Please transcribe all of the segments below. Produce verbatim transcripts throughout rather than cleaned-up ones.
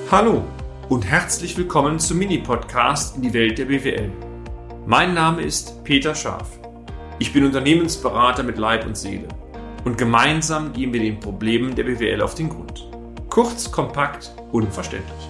Hallo und herzlich willkommen zum Mini-Podcast in die Welt der B W L. Mein Name ist Peter Scharf. Ich bin Unternehmensberater mit Leib und Seele und gemeinsam gehen wir den Problemen der B W L auf den Grund. Kurz, kompakt, unverständlich.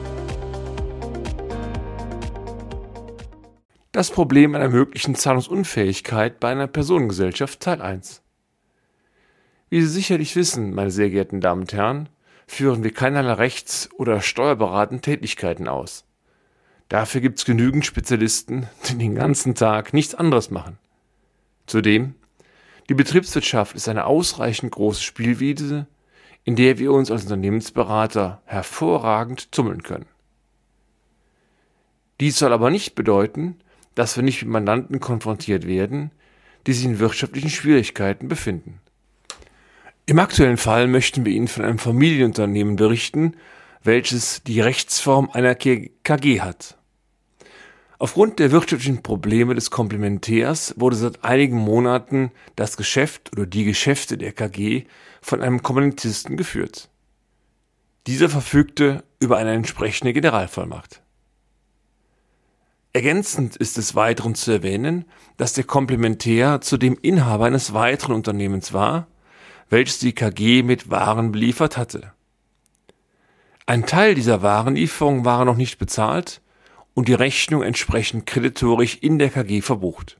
Das Problem einer möglichen Zahlungsunfähigkeit bei einer Personengesellschaft Teil eins. Wie Sie sicherlich wissen, meine sehr geehrten Damen und Herren, führen wir keinerlei rechts- oder steuerberatende Tätigkeiten aus. Dafür gibt es genügend Spezialisten, die den ganzen Tag nichts anderes machen. Zudem, die Betriebswirtschaft ist eine ausreichend große Spielwiese, in der wir uns als Unternehmensberater hervorragend tummeln können. Dies soll aber nicht bedeuten, dass wir nicht mit Mandanten konfrontiert werden, die sich in wirtschaftlichen Schwierigkeiten befinden. Im aktuellen Fall möchten wir Ihnen von einem Familienunternehmen berichten, welches die Rechtsform einer K G hat. Aufgrund der wirtschaftlichen Probleme des Komplementärs wurde seit einigen Monaten das Geschäft oder die Geschäfte der K G von einem Komplementisten geführt. Dieser verfügte über eine entsprechende Generalvollmacht. Ergänzend ist des Weiteren zu erwähnen, dass der Komplementär zudem Inhaber eines weiteren Unternehmens war, welches die K G mit Waren beliefert hatte. Ein Teil dieser Warenlieferung war noch nicht bezahlt und die Rechnung entsprechend kreditorisch in der K G verbucht.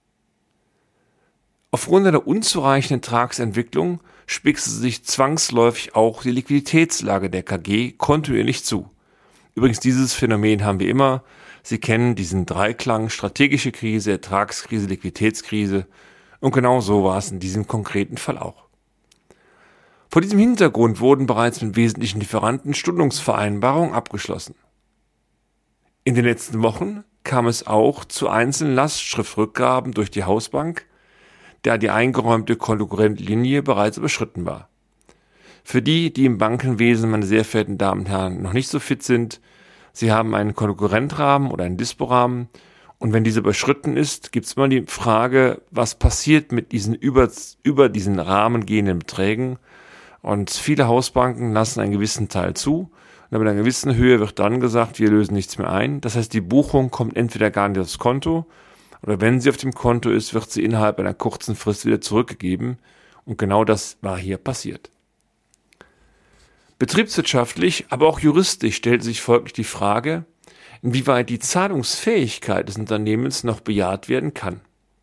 Aufgrund einer unzureichenden Ertragsentwicklung spitzte sich zwangsläufig auch die Liquiditätslage der K G kontinuierlich zu. Übrigens, dieses Phänomen haben wir immer. Sie kennen diesen Dreiklang: strategische Krise, Ertragskrise, Liquiditätskrise, und genau so war es in diesem konkreten Fall auch. Vor diesem Hintergrund wurden bereits mit wesentlichen Lieferanten Stundungsvereinbarungen abgeschlossen. In den letzten Wochen kam es auch zu einzelnen Lastschriftrückgaben durch die Hausbank, da die eingeräumte Konkurrentlinie bereits überschritten war. Für die, die im Bankenwesen, meine sehr verehrten Damen und Herren, noch nicht so fit sind, Sie haben einen Konkurrentrahmen oder einen Disporahmen, und wenn dieser überschritten ist, gibt es immer die Frage, was passiert mit diesen über, über diesen Rahmen gehenden Beträgen. Und viele Hausbanken lassen einen gewissen Teil zu. Und mit einer gewissen Höhe wird dann gesagt, wir lösen nichts mehr ein. Das heißt, die Buchung kommt entweder gar nicht aufs Konto, oder wenn sie auf dem Konto ist, wird sie innerhalb einer kurzen Frist wieder zurückgegeben. Und genau das war hier passiert. Betriebswirtschaftlich, aber auch juristisch stellt sich folglich die Frage, inwieweit die Zahlungsfähigkeit des Unternehmens noch bejaht werden kann.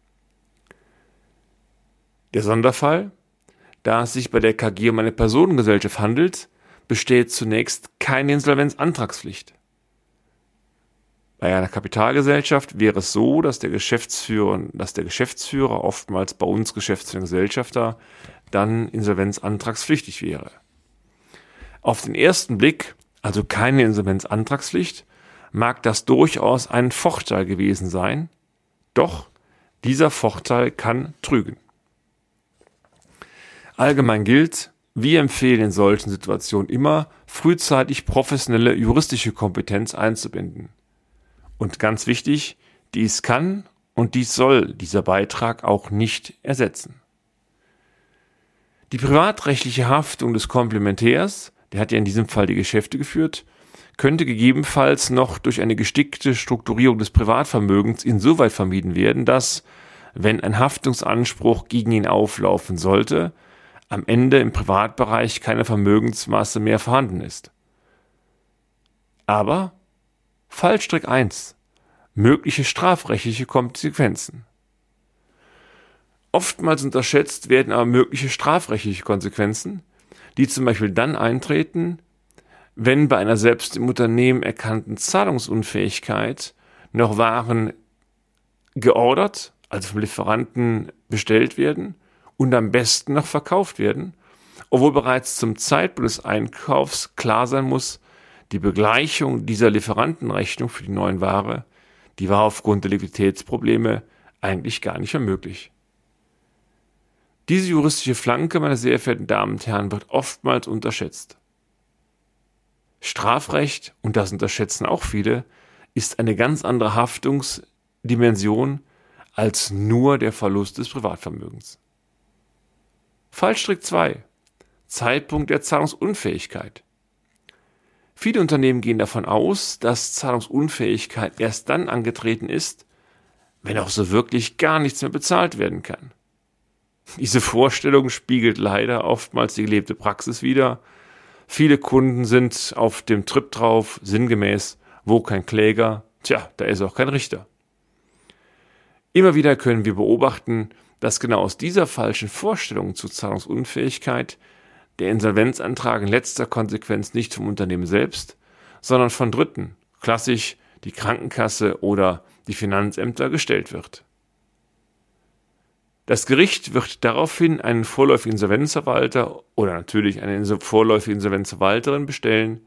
Der Sonderfall: Da es sich bei der K G um eine Personengesellschaft handelt, besteht zunächst keine Insolvenzantragspflicht. Bei einer Kapitalgesellschaft wäre es so, dass der Geschäftsführer, dass der Geschäftsführer, oftmals bei uns Geschäftsführer Gesellschafter, dann insolvenzantragspflichtig wäre. Auf den ersten Blick, also keine Insolvenzantragspflicht, mag das durchaus ein Vorteil gewesen sein, doch dieser Vorteil kann trügen. Allgemein gilt, wir empfehlen in solchen Situationen immer, frühzeitig professionelle juristische Kompetenz einzubinden. Und ganz wichtig, dies kann und dies soll dieser Beitrag auch nicht ersetzen. Die privatrechtliche Haftung des Komplementärs, der hat ja in diesem Fall die Geschäfte geführt, könnte gegebenenfalls noch durch eine gestickte Strukturierung des Privatvermögens insoweit vermieden werden, dass, wenn ein Haftungsanspruch gegen ihn auflaufen sollte, am Ende im Privatbereich keine Vermögensmasse mehr vorhanden ist. Aber Fallstrick eins: mögliche strafrechtliche Konsequenzen. Oftmals unterschätzt werden aber mögliche strafrechtliche Konsequenzen, die zum Beispiel dann eintreten, wenn bei einer selbst im Unternehmen erkannten Zahlungsunfähigkeit noch Waren geordert, also vom Lieferanten bestellt werden und am besten noch verkauft werden, obwohl bereits zum Zeitpunkt des Einkaufs klar sein muss, die Begleichung dieser Lieferantenrechnung für die neuen Ware, die war aufgrund der Liquiditätsprobleme eigentlich gar nicht mehr möglich. Diese juristische Flanke, meine sehr verehrten Damen und Herren, wird oftmals unterschätzt. Strafrecht, und das unterschätzen auch viele, ist eine ganz andere Haftungsdimension als nur der Verlust des Privatvermögens. Fallstrick zwei: Zeitpunkt der Zahlungsunfähigkeit. Viele Unternehmen gehen davon aus, dass Zahlungsunfähigkeit erst dann angetreten ist, wenn auch so wirklich gar nichts mehr bezahlt werden kann. Diese Vorstellung spiegelt leider oftmals die gelebte Praxis wider. Viele Kunden sind auf dem Trip drauf, sinngemäß, wo kein Kläger, tja, da ist auch kein Richter. Immer wieder können wir beobachten, dass genau aus dieser falschen Vorstellung zur Zahlungsunfähigkeit der Insolvenzantrag in letzter Konsequenz nicht vom Unternehmen selbst, sondern von Dritten, klassisch die Krankenkasse oder die Finanzämter, gestellt wird. Das Gericht wird daraufhin einen vorläufigen Insolvenzverwalter oder natürlich eine vorläufige Insolvenzverwalterin bestellen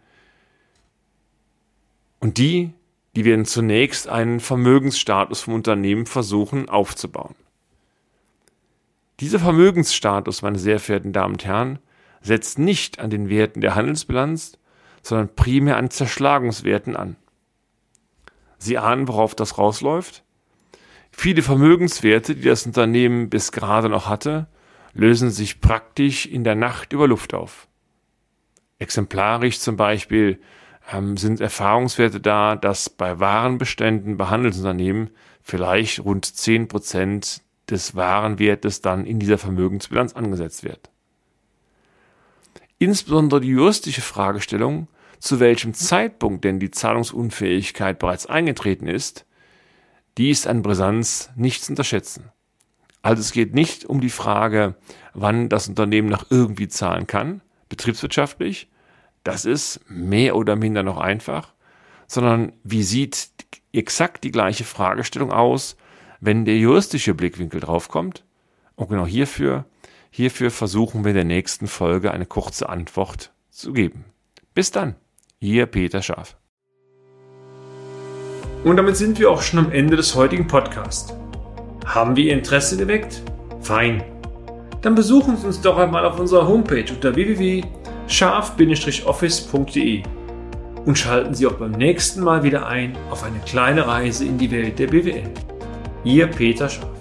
und die, die werden zunächst einen Vermögensstatus vom Unternehmen versuchen aufzubauen. Dieser Vermögensstatus, meine sehr verehrten Damen und Herren, setzt nicht an den Werten der Handelsbilanz, sondern primär an Zerschlagungswerten an. Sie ahnen, worauf das rausläuft? Viele Vermögenswerte, die das Unternehmen bis gerade noch hatte, lösen sich praktisch in der Nacht über Luft auf. Exemplarisch zum Beispiel ähm, sind Erfahrungswerte da, dass bei Warenbeständen bei Handelsunternehmen vielleicht rund zehn Prozent des Warenwertes dann in dieser Vermögensbilanz angesetzt wird. Insbesondere die juristische Fragestellung, zu welchem Zeitpunkt denn die Zahlungsunfähigkeit bereits eingetreten ist, die ist an Brisanz nicht zu unterschätzen. Also es geht nicht um die Frage, wann das Unternehmen noch irgendwie zahlen kann, betriebswirtschaftlich, das ist mehr oder minder noch einfach, sondern wie sieht exakt die gleiche Fragestellung aus, wenn der juristische Blickwinkel draufkommt? Und genau hierfür, hierfür versuchen wir in der nächsten Folge eine kurze Antwort zu geben. Bis dann, Ihr Peter Scharf. Und damit sind wir auch schon am Ende des heutigen Podcasts. Haben wir Ihr Interesse geweckt? Fein. Dann besuchen Sie uns doch einmal auf unserer Homepage unter w w w punkt scharf Bindestrich office punkt de und schalten Sie auch beim nächsten Mal wieder ein auf eine kleine Reise in die Welt der B W L. Ihr Peter Scharf.